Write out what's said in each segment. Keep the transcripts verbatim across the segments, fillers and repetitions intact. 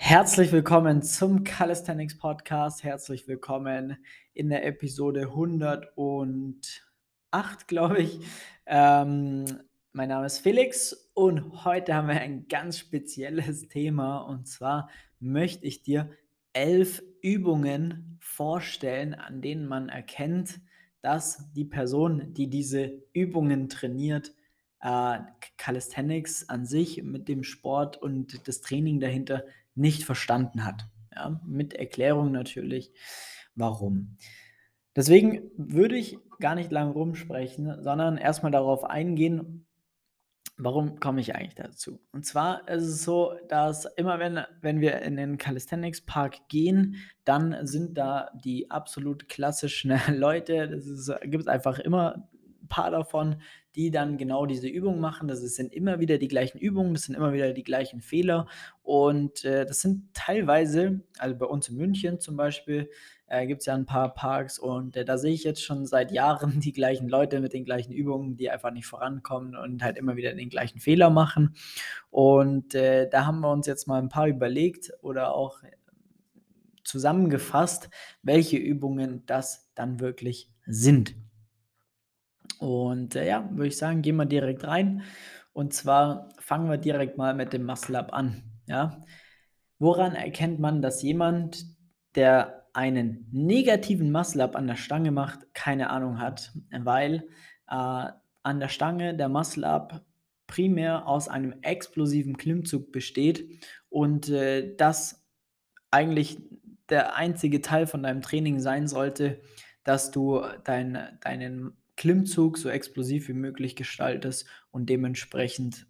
Herzlich willkommen zum Calisthenics Podcast. Herzlich willkommen in der Episode hundertacht, glaube ich. Ähm, mein Name ist Felix und heute haben wir ein ganz spezielles Thema. Und zwar möchte ich dir elf Übungen vorstellen, an denen man erkennt, dass die Person, die diese Übungen trainiert, äh, Calisthenics an sich mit dem Sport und das Training dahinter nicht verstanden hat. Ja, mit Erklärung natürlich, warum. Deswegen würde ich gar nicht lange rumsprechen, sondern erstmal darauf eingehen, warum komme ich eigentlich dazu? Und zwar ist es so, dass immer wenn, wenn wir in den Calisthenics Park gehen, dann sind da die absolut klassischen Leute. Das gibt es einfach immer ein paar davon, die dann genau diese Übungen machen. Das sind immer wieder die gleichen Übungen, das sind immer wieder die gleichen Fehler. Und äh, das sind teilweise, also bei uns in München zum Beispiel, äh, gibt es ja ein paar Parks und äh, da sehe ich jetzt schon seit Jahren die gleichen Leute mit den gleichen Übungen, die einfach nicht vorankommen und halt immer wieder den gleichen Fehler machen. Und äh, da haben wir uns jetzt mal ein paar überlegt oder auch zusammengefasst, welche Übungen das dann wirklich sind. Und äh, ja, würde ich sagen, gehen wir direkt rein. Und zwar fangen wir direkt mal mit dem Muscle-Up an. Ja? Woran erkennt man, dass jemand, der einen negativen Muscle-Up an der Stange macht, keine Ahnung hat? Weil äh, an der Stange der Muscle-Up primär aus einem explosiven Klimmzug besteht und äh, das eigentlich der einzige Teil von deinem Training sein sollte, dass du dein, deinen Klimmzug so explosiv wie möglich gestaltest und dementsprechend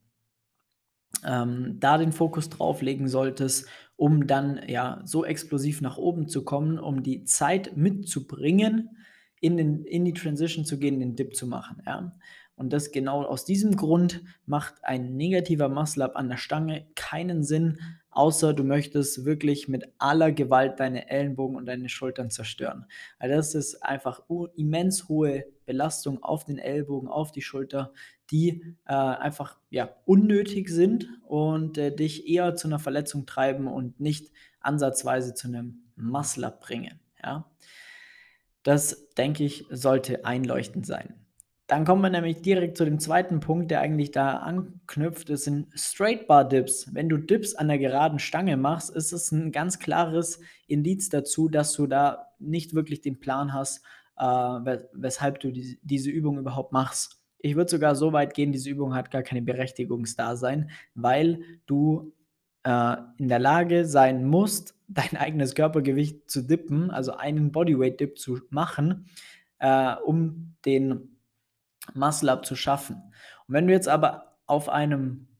ähm, da den Fokus drauf legen solltest, um dann ja so explosiv nach oben zu kommen, um die Zeit mitzubringen, in, den, in die Transition zu gehen, den Dip zu machen. Ja? Und das genau aus diesem Grund macht ein negativer Muscle-Up an der Stange keinen Sinn, außer du möchtest wirklich mit aller Gewalt deine Ellenbogen und deine Schultern zerstören. Also das ist einfach immens hohe Belastung auf den Ellbogen, auf die Schulter, die äh, einfach ja, unnötig sind und äh, dich eher zu einer Verletzung treiben und nicht ansatzweise zu einem Muscle-Up bringen. Ja? Das, denke ich, sollte einleuchtend sein. Dann kommen wir nämlich direkt zu dem zweiten Punkt, der eigentlich da anknüpft. Das sind Straight Bar Dips. Wenn du Dips an der geraden Stange machst, ist es ein ganz klares Indiz dazu, dass du da nicht wirklich den Plan hast, äh, weshalb du die, diese Übung überhaupt machst. Ich würde sogar so weit gehen, diese Übung hat gar keine Berechtigungsdasein, weil du äh, in der Lage sein musst, dein eigenes Körpergewicht zu dippen, also einen Bodyweight-Dip zu machen, äh, um den Muscle-Up zu schaffen. Und wenn du jetzt aber auf einem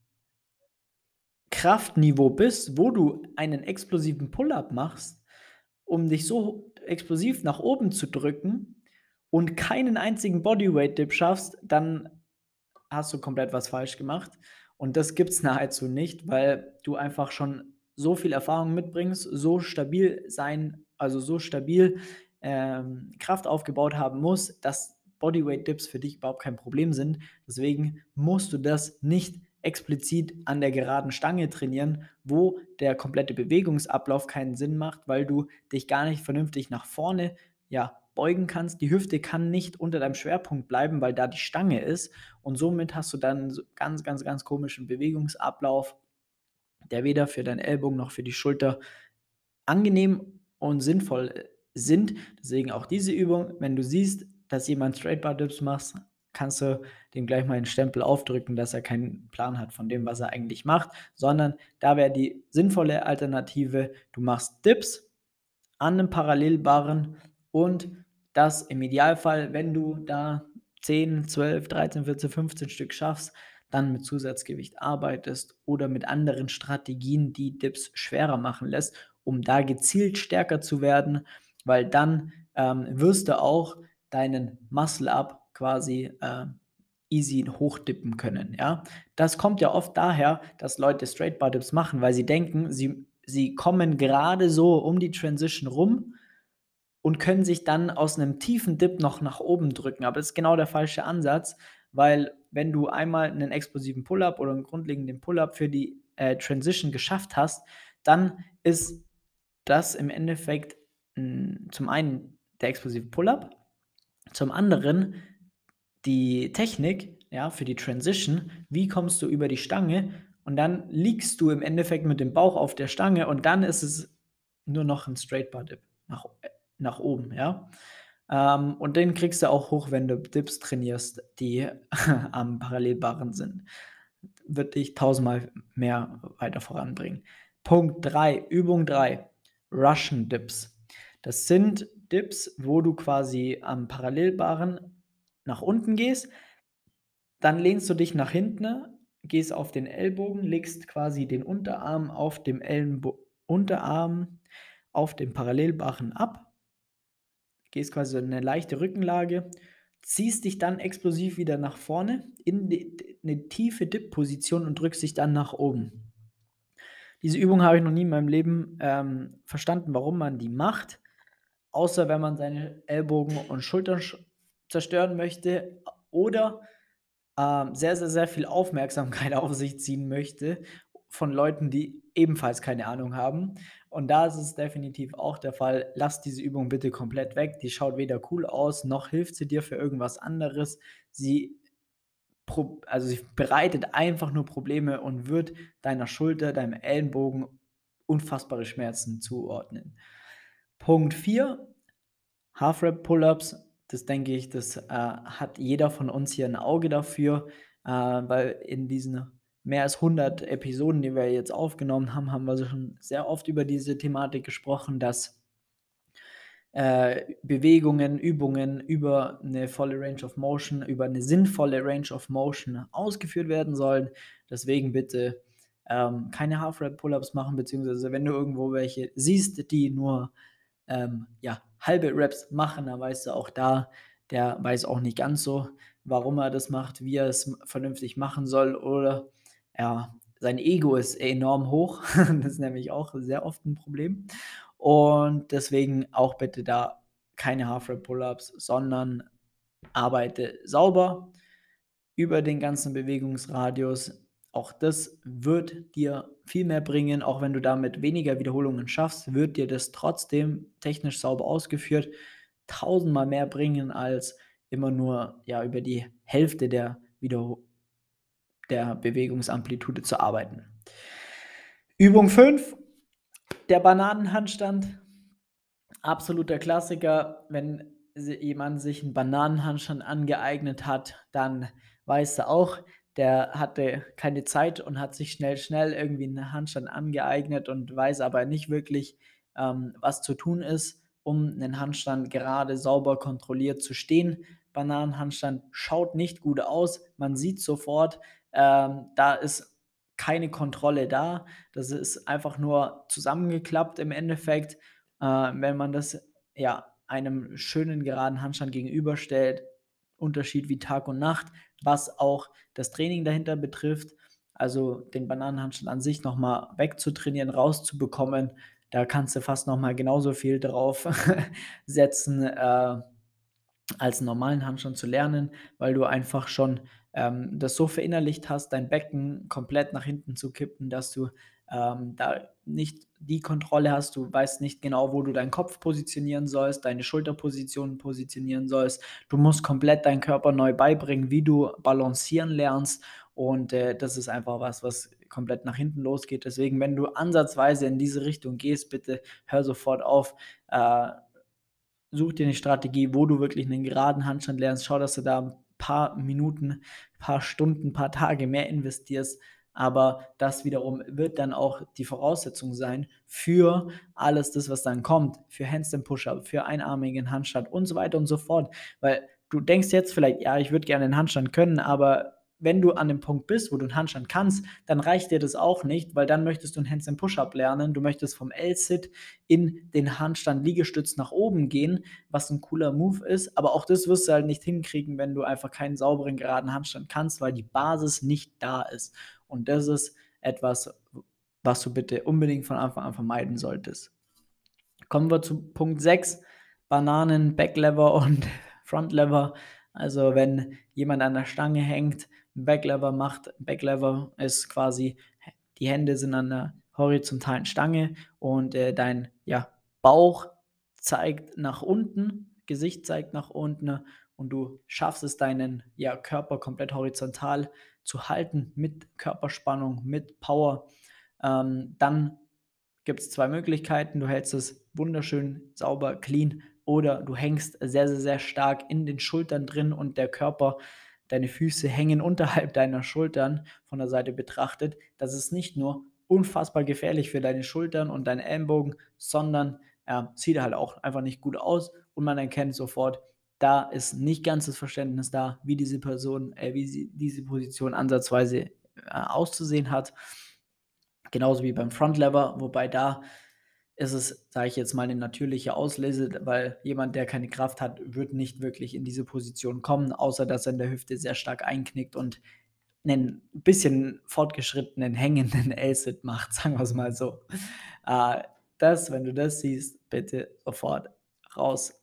Kraftniveau bist, wo du einen explosiven Pull-Up machst, um dich so explosiv nach oben zu drücken und keinen einzigen Bodyweight-Dip schaffst, dann hast du komplett was falsch gemacht. Und das gibt es nahezu nicht, weil du einfach schon so viel Erfahrung mitbringst, so stabil sein, also so stabil ähm, Kraft aufgebaut haben musst, dass Bodyweight-Dips für dich überhaupt kein Problem sind. Deswegen musst du das nicht explizit an der geraden Stange trainieren, wo der komplette Bewegungsablauf keinen Sinn macht, weil du dich gar nicht vernünftig nach vorne ja, beugen kannst. Die Hüfte kann nicht unter deinem Schwerpunkt bleiben, weil da die Stange ist. Und somit hast du dann so ganz, ganz, ganz komischen Bewegungsablauf, der weder für deinen Ellbogen noch für die Schulter angenehm und sinnvoll äh, sind. Deswegen auch diese Übung, wenn du siehst, dass jemand Straight Bar Dips macht, kannst du dem gleich mal einen Stempel aufdrücken, dass er keinen Plan hat von dem, was er eigentlich macht, sondern da wäre die sinnvolle Alternative, du machst Dips an einem Parallelbarren und das im Idealfall, wenn du da zehn, zwölf, dreizehn, vierzehn, fünfzehn Stück schaffst, dann mit Zusatzgewicht arbeitest oder mit anderen Strategien, die Dips schwerer machen lässt, um da gezielt stärker zu werden, weil dann ähm, wirst du auch deinen Muscle-Up quasi äh, easy hochdippen können. Ja? Das kommt ja oft daher, dass Leute Straight Bar Dips machen, weil sie denken, sie, sie kommen gerade so um die Transition rum und können sich dann aus einem tiefen Dip noch nach oben drücken. Aber das ist genau der falsche Ansatz, weil wenn du einmal einen explosiven Pull-Up oder einen grundlegenden Pull-Up für die äh, Transition geschafft hast, dann ist das im Endeffekt, hm, zum einen der explosive Pull-up, zum anderen die Technik, ja, für die Transition. Wie kommst du über die Stange? Und dann liegst du im Endeffekt mit dem Bauch auf der Stange und dann ist es nur noch ein Straight Bar Dip nach, äh, nach oben, ja. Ähm, und den kriegst du auch hoch, wenn du Dips trainierst, die am Parallelbaren sind. Wird dich tausendmal mehr weiter voranbringen. Punkt drei, Übung drei, Russian Dips. Das sind Dips, wo du quasi am Parallelbaren nach unten gehst, dann lehnst du dich nach hinten, gehst auf den Ellbogen, legst quasi den Unterarm auf dem Ellenbo Unterarm auf dem Parallelbarren ab, gehst quasi so in 'ne leichte Rückenlage, ziehst dich dann explosiv wieder nach vorne in die d 'ne tiefe Dip-Position und drückst dich dann nach oben. Diese Übung habe ich noch nie in meinem Leben, ähm, verstanden, warum man die macht, außer wenn man seine Ellbogen und Schultern sch zerstören möchte oder ähm, sehr, sehr, sehr viel Aufmerksamkeit auf sich ziehen möchte von Leuten, die ebenfalls keine Ahnung haben. Und da ist es definitiv auch der Fall. Lass diese Übung bitte komplett weg. Die schaut weder cool aus, noch hilft sie dir für irgendwas anderes. Sie pro also, sie bereitet einfach nur Probleme und wird deiner Schulter, deinem Ellenbogen unfassbare Schmerzen zuordnen. Punkt vier, Half-Rep Pull-ups, das denke ich, das, äh, hat jeder von uns hier ein Auge dafür, äh, weil in diesen mehr als hundert Episoden, die wir jetzt aufgenommen haben, haben wir so schon sehr oft über diese Thematik gesprochen, dass äh, Bewegungen, Übungen über eine volle Range of Motion, über eine sinnvolle Range of Motion ausgeführt werden sollen. Deswegen bitte, ähm, keine Half-Rep Pull-ups machen, beziehungsweise wenn du irgendwo welche siehst, die nur ähm, ja, halbe Raps machen, dann weißt du auch da, der weiß auch nicht ganz so, warum er das macht, wie er es vernünftig machen soll oder ja, sein Ego ist enorm hoch. Das ist nämlich auch sehr oft ein Problem. Und deswegen auch bitte da keine Half-Rep Pull-ups, sondern arbeite sauber über den ganzen Bewegungsradius. Auch das wird dir viel mehr bringen, auch wenn du damit weniger Wiederholungen schaffst, wird dir das trotzdem technisch sauber ausgeführt tausendmal mehr bringen, als immer nur, ja, über die Hälfte der Wiederho der Bewegungsamplitude zu arbeiten. Übung fünf, der Bananenhandstand. Absoluter Klassiker. Wenn si jemand sich 'n Bananenhandstand angeeignet hat, dann weißt du auch, der hatte keine Zeit und hat sich schnell, schnell irgendwie 'n Handstand angeeignet und weiß aber nicht wirklich, ähm, was zu tun ist, um 'nen Handstand gerade sauber kontrolliert zu stehen. Bananenhandstand schaut nicht gut aus. Man sieht sofort, ähm, da ist keine Kontrolle da. Das ist einfach nur zusammengeklappt im Endeffekt. Äh, wenn man das, ja, einem schönen geraden Handstand gegenüberstellt, Unterschied wie Tag und Nacht, was auch das Training dahinter betrifft, also den Bananenhandstand an sich noch mal wegzutrainieren, rauszubekommen. Da kannst du fast noch mal genauso viel drauf setzen, äh, als 'n normalen Handstand zu lernen, weil du einfach schon, ähm, das so verinnerlicht hast, dein Becken komplett nach hinten zu kippen, dass du, ähm, da nicht die Kontrolle hast. Du weißt nicht genau, wo du deinen Kopf positionieren sollst, deine Schulterposition positionieren sollst. Du musst komplett deinen Körper neu beibringen, wie du balancieren lernst und, äh, das ist einfach was, was komplett nach hinten losgeht. Deswegen, wenn du ansatzweise in diese Richtung gehst, bitte hör sofort auf. Äh, Such dir eine Strategie, wo du wirklich einen geraden Handstand lernst. Schau, dass du da ein paar Minuten, paar Stunden, paar Tage mehr investierst, aber das wiederum wird dann auch die Voraussetzung sein für alles das, was dann kommt, für Handstand Push-Up, für einarmigen Handstand und so weiter und so fort. Weil du denkst jetzt vielleicht: „Ja, ich würde gerne 'n Handstand können“, aber wenn du an dem Punkt bist, wo du 'n Handstand kannst, dann reicht dir das auch nicht, weil dann möchtest du 'n Handstand Push-Up lernen. Du möchtest vom L-Sit in den Handstand Liegestütz nach oben gehen, was ein cooler Move ist. Aber auch das wirst du halt nicht hinkriegen, wenn du einfach keinen sauberen, geraden Handstand kannst, weil die Basis nicht da ist. Und das ist etwas, was du bitte unbedingt von Anfang an vermeiden solltest. Kommen wir zu Punkt sechs, Bananen, Backlever und Frontlever. Also, wenn jemand an der Stange hängt, 'n Backlever macht. Backlever ist quasi, die Hände sind an der horizontalen Stange und äh, dein ja, Bauch zeigt nach unten, Gesicht zeigt nach unten und du schaffst es, deinen ja, Körper komplett horizontal zu halten mit Körperspannung, mit Power. Ähm, dann gibt es zwei Möglichkeiten. Du hältst es wunderschön sauber, clean oder du hängst sehr, sehr, sehr stark in den Schultern drin und der Körper, deine Füße hängen unterhalb deiner Schultern von der Seite betrachtet. Das ist nicht nur unfassbar gefährlich für deine Schultern und deinen Ellenbogen, sondern äh, sieht halt auch einfach nicht gut aus und man erkennt sofort, da ist nicht ganz das Verständnis da, wie diese Person, äh, wie sie diese Position ansatzweise äh, auszusehen hat. Genauso wie beim Front Lever, wobei da ist es, sage ich jetzt mal, eine natürliche Auslese, weil jemand, der keine Kraft hat, wird nicht wirklich in diese Position kommen, außer dass er in der Hüfte sehr stark einknickt und einen bisschen fortgeschrittenen hängenden L-Sit macht, sagen wir es mal so. Äh, das, wenn du das siehst, bitte sofort raus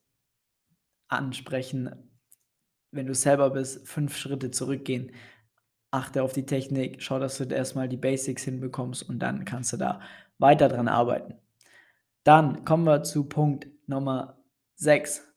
ansprechen. Wenn du selber bist, fünf Schritte zurückgehen. Achte auf die Technik, schau, dass du erstmal die Basics hinbekommst und dann kannst du da weiter dran arbeiten. Dann kommen wir zu Punkt Nummer sechs.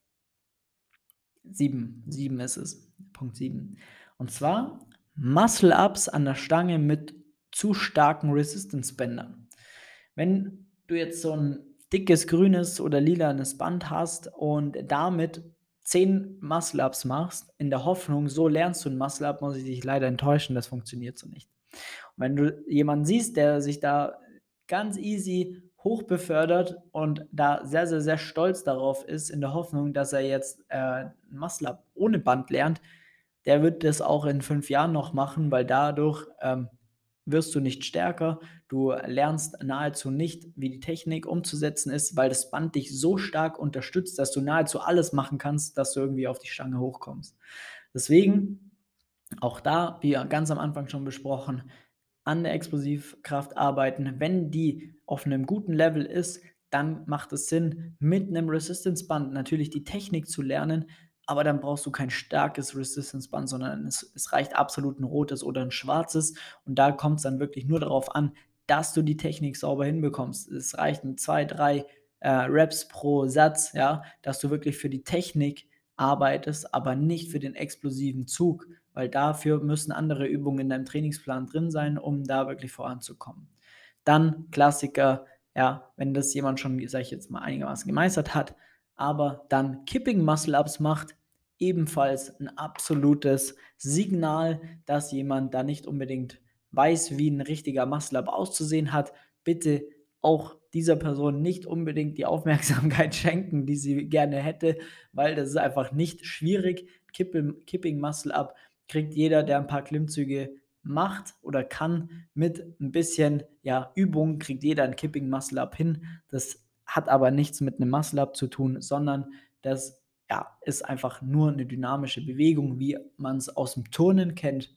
sieben, sieben ist es. Punkt sieben. Und zwar Muscle-Ups an der Stange mit zu starken Resistance-Bändern. Wenn du jetzt so ein dickes grünes oder lilanes Band hast und damit zehn Muscle-Ups machst, in der Hoffnung, so lernst du ein Muscle-Up, muss ich dich leider enttäuschen, das funktioniert so nicht. Und wenn du jemanden siehst, der sich da ganz easy hoch befördert und da sehr, sehr, sehr stolz darauf ist, in der Hoffnung, dass er jetzt äh, ein Muscle-Up ohne Band lernt, der wird das auch in fünf Jahren noch machen, weil dadurch ähm, wirst du nicht stärker, du lernst nahezu nicht, wie die Technik umzusetzen ist, weil das Band dich so stark unterstützt, dass du nahezu alles machen kannst, dass du irgendwie auf die Stange hochkommst. Deswegen, auch da, wie ganz am Anfang schon besprochen, an der Explosivkraft arbeiten. Wenn die auf einem guten Level ist, dann macht es Sinn, mit einem Resistance-Band natürlich die Technik zu lernen, aber dann brauchst du kein starkes Resistance-Band, sondern es, es reicht absolut ein rotes oder ein schwarzes und da kommt es dann wirklich nur darauf an, dass du die Technik sauber hinbekommst. Es reichen zwei, drei äh, Reps pro Satz, ja, dass du wirklich für die Technik arbeitest, aber nicht für den explosiven Zug, weil dafür müssen andere Übungen in deinem Trainingsplan drin sein, um da wirklich voranzukommen. Dann Klassiker, ja, wenn das jemand schon, sage ich jetzt mal, einigermaßen gemeistert hat, aber dann Kipping Muscle Ups macht, ebenfalls ein absolutes Signal, dass jemand da nicht unbedingt weiß, wie ein richtiger Muscle Up auszusehen hat. Bitte auch dieser Person nicht unbedingt die Aufmerksamkeit schenken, die sie gerne hätte, weil das ist einfach nicht schwierig. Kipping, Kipping Muscle Up kriegt jeder, der ein paar Klimmzüge macht oder kann, mit ein bisschen ja, Übung, kriegt jeder ein Kipping Muscle Up hin. Das hat aber nichts mit einem Muscle Up zu tun, sondern das ja, ist einfach nur eine dynamische Bewegung, wie man es aus dem Turnen kennt.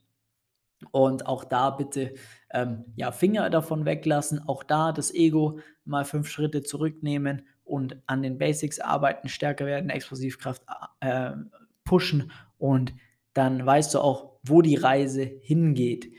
Und auch da bitte ähm, ja, Finger davon weglassen, auch da das Ego mal fünf Schritte zurücknehmen und an den Basics arbeiten, stärker werden, Explosivkraft äh, pushen und dann weißt du auch, wo die Reise hingeht.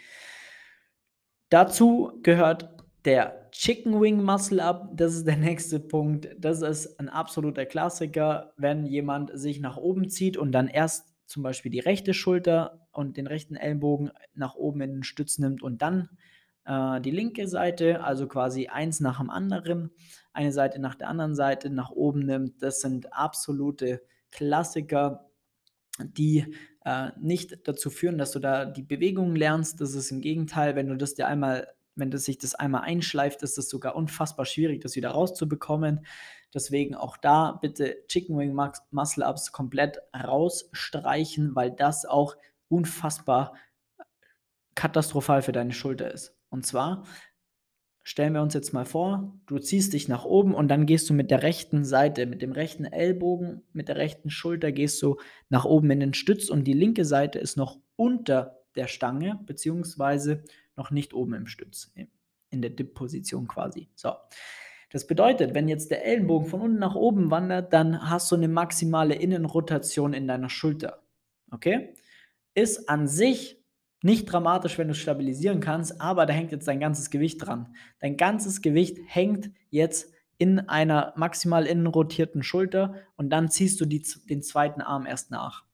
Dazu gehört der Chicken Wing Muscle Up. Das ist der nächste Punkt. Das ist ein absoluter Klassiker, wenn jemand sich nach oben zieht und dann erst zum Beispiel die rechte Schulter und den rechten Ellenbogen nach oben in den Stütz nimmt und dann äh, die linke Seite, also quasi eins nach dem anderen, eine Seite nach der anderen Seite nach oben nimmt. Das sind absolute Klassiker, die äh, nicht dazu führen, dass du da die Bewegungen lernst. Das ist im Gegenteil, wenn du das dir einmal, wenn das sich das einmal einschleift, ist es sogar unfassbar schwierig, das wieder rauszubekommen. Deswegen auch da bitte Chicken Wing Muscle Ups komplett rausstreichen, weil das auch unfassbar katastrophal für deine Schulter ist. Und zwar stellen wir uns jetzt mal vor, du ziehst dich nach oben und dann gehst du mit der rechten Seite, mit dem rechten Ellbogen, mit der rechten Schulter gehst du nach oben in den Stütz und die linke Seite ist noch unter der Stange, beziehungsweise noch nicht oben im Stütz, in der Dip-Position quasi. So. Das bedeutet, wenn jetzt der Ellenbogen von unten nach oben wandert, dann hast du eine maximale Innenrotation in deiner Schulter. Okay? Ist an sich nicht dramatisch, wenn du stabilisieren kannst, aber da hängt jetzt dein ganzes Gewicht dran. Dein ganzes Gewicht hängt jetzt in einer maximal innen rotierten Schulter und dann ziehst du die, den zweiten Arm erst nach.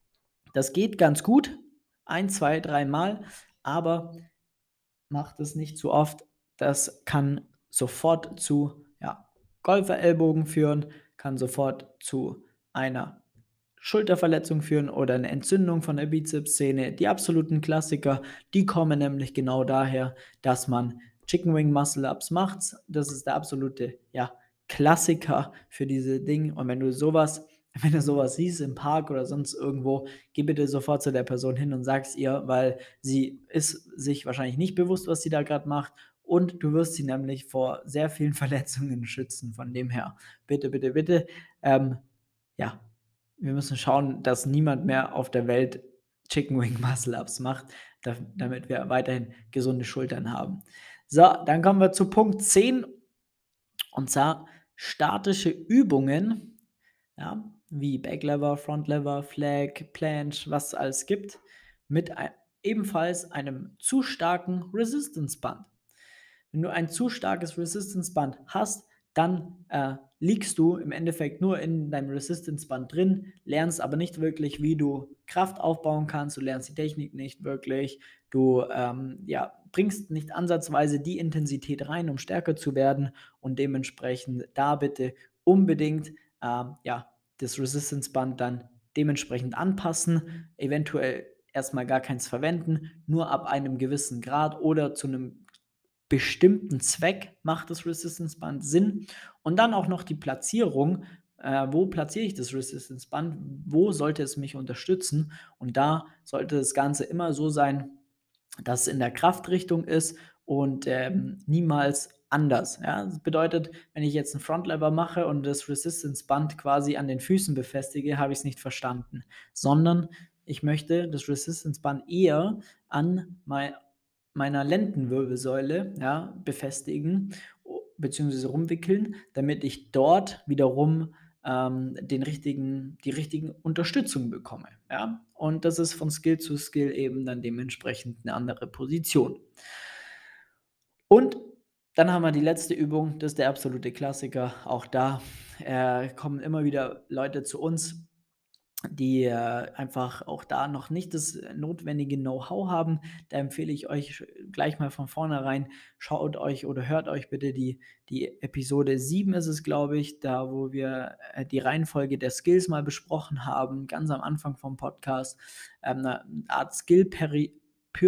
Das geht ganz gut, ein, zwei, dreimal, aber macht es nicht zu oft. Das kann sofort zu ja, Golferellbogen führen, kann sofort zu einer Schulterverletzung führen oder eine Entzündung von der Bizepssehne. Die absoluten Klassiker, die kommen nämlich genau daher, dass man Chicken Wing Muscle Ups macht. Das ist der absolute ja, Klassiker für diese Dinge. Und wenn du sowas, wenn du sowas siehst im Park oder sonst irgendwo, geh bitte sofort zu der Person hin und sag's ihr, weil sie ist sich wahrscheinlich nicht bewusst, was sie da gerade macht. Und du wirst sie nämlich vor sehr vielen Verletzungen schützen. Von dem her, bitte, bitte, bitte, ähm, ja, wir müssen schauen, dass niemand mehr auf der Welt Chicken Wing Muscle Ups macht, da, damit wir weiterhin gesunde Schultern haben. So, dann kommen wir zu Punkt zehn und zwar statische Übungen, ja, wie Backlever, Frontlever, Flag, Planche, was es alles gibt, mit ein, ebenfalls einem zu starken Resistance Band. Wenn du ein zu starkes Resistance Band hast, dann äh, liegst du im Endeffekt nur in deinem Resistance Band drin, lernst aber nicht wirklich, wie du Kraft aufbauen kannst, du lernst die Technik nicht wirklich, du ähm, ja, bringst nicht ansatzweise die Intensität rein, um stärker zu werden und dementsprechend da bitte unbedingt ähm, ja, das Resistance Band dann dementsprechend anpassen, eventuell erstmal gar keins verwenden, nur ab einem gewissen Grad oder zu einem bestimmten Zweck macht das Resistance Band Sinn und dann auch noch die Platzierung. Äh, wo platziere ich das Resistance Band? Wo sollte es mich unterstützen? Und da sollte das Ganze immer so sein, dass es in der Kraftrichtung ist und ähm, niemals anders. Ja? Das bedeutet, wenn ich jetzt einen Frontlever mache und das Resistance Band quasi an den Füßen befestige, habe ich es nicht verstanden, sondern ich möchte das Resistance Band eher an mein, meiner Lendenwirbelsäule ja, befestigen bzw. rumwickeln, damit ich dort wiederum ähm, den richtigen, die richtigen Unterstützung bekomme. Ja? Und das ist von Skill zu Skill eben dann dementsprechend eine andere Position. Und dann haben wir die letzte Übung, das ist der absolute Klassiker. Auch da äh, kommen immer wieder Leute zu uns, die äh, einfach auch da noch nicht das notwendige Know-how haben. Da empfehle ich euch gleich mal von vornherein, schaut euch oder hört euch bitte die, die Episode sieben ist es, glaube ich, da wo wir äh, die Reihenfolge der Skills mal besprochen haben, ganz am Anfang vom Podcast. Ähm, eine Art Skill-Pyramide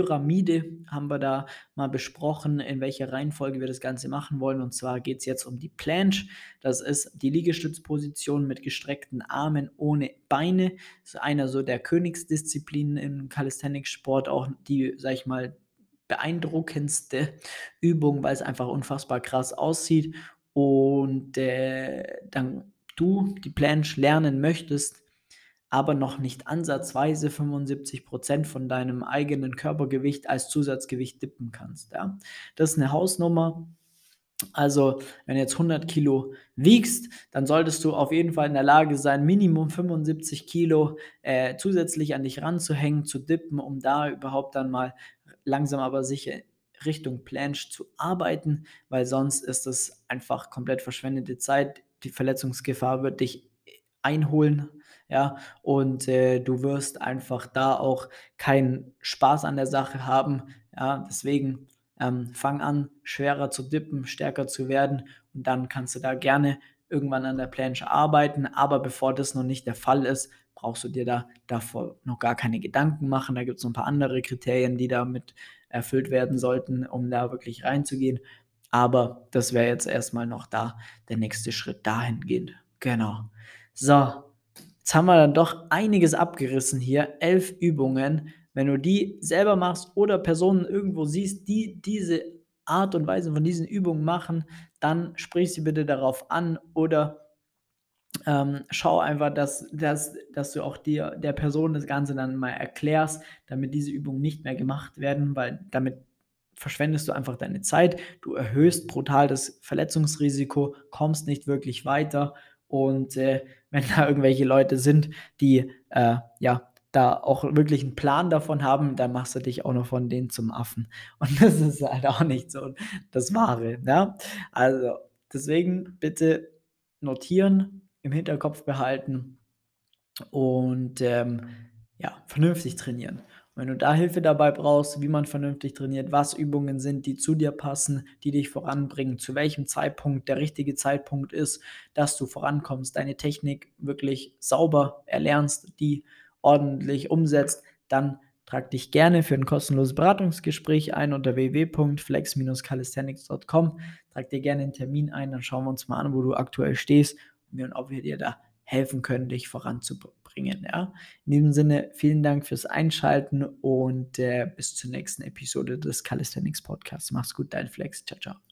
haben wir da mal besprochen, in welcher Reihenfolge wir das Ganze machen wollen. Und zwar geht es jetzt um die Planche. Das ist die Liegestützposition mit gestreckten Armen ohne Beine. Das ist einer so der Königsdisziplinen im Calisthenics-Sport, auch die, sag ich mal, beeindruckendste Übung, weil es einfach unfassbar krass aussieht. Und äh, dann du die Planche lernen möchtest, aber noch nicht ansatzweise fünfundsiebzig Prozent von deinem eigenen Körpergewicht als Zusatzgewicht dippen kannst. Ja? Das ist eine Hausnummer. Also, wenn du jetzt hundert Kilo wiegst, dann solltest du auf jeden Fall in der Lage sein, Minimum fünfundsiebzig Kilo äh, zusätzlich an dich ranzuhängen, zu dippen, um da überhaupt dann mal langsam aber sicher Richtung Planche zu arbeiten, weil sonst ist das einfach komplett verschwendete Zeit. Die Verletzungsgefahr wird dich einholen, ja, und äh, du wirst einfach da auch keinen Spaß an der Sache haben, ja, deswegen ähm, fang an, schwerer zu dippen, stärker zu werden und dann kannst du da gerne irgendwann an der Planche arbeiten, aber bevor das noch nicht der Fall ist, brauchst du dir da davor noch gar keine Gedanken machen. Da gibt es noch ein paar andere Kriterien, die damit erfüllt werden sollten, um da wirklich reinzugehen. Aber das wäre jetzt erstmal noch da der nächste Schritt dahingehend. Genau. So, jetzt haben wir dann doch einiges abgerissen hier. Elf Übungen. Wenn du die selber machst oder Personen irgendwo siehst, die diese Art und Weise von diesen Übungen machen, dann sprich sie bitte darauf an oder ähm, schau einfach, dass, dass, dass du auch dir, der Person das Ganze dann mal erklärst, damit diese Übungen nicht mehr gemacht werden, weil damit verschwendest du einfach deine Zeit, du erhöhst brutal das Verletzungsrisiko, kommst nicht wirklich weiter und äh, wenn da irgendwelche Leute sind, die äh, ja da auch wirklich einen Plan davon haben, dann machst du dich auch noch von denen zum Affen. Und das ist halt auch nicht so das Wahre, ja? Also, deswegen bitte notieren, im Hinterkopf behalten und, ähm, ja, vernünftig trainieren. Und wenn du da Hilfe dabei brauchst, wie man vernünftig trainiert, was Übungen sind, die zu dir passen, die dich voranbringen, zu welchem Zeitpunkt der richtige Zeitpunkt ist, dass du vorankommst, deine Technik wirklich sauber erlernst, die ordentlich umsetzt, dann trag dich gerne für ein kostenloses Beratungsgespräch ein unter w w w punkt flex Bindestrich calisthenics punkt com. Trag dir gerne einen Termin ein, dann schauen wir uns mal an, wo du aktuell stehst und ob wir dir da helfen können, dich voranzubringen. Ja? In diesem Sinne, vielen Dank fürs Einschalten und äh, bis zur nächsten Episode des Calisthenics Podcasts. Mach's gut, dein Flex. Ciao, ciao.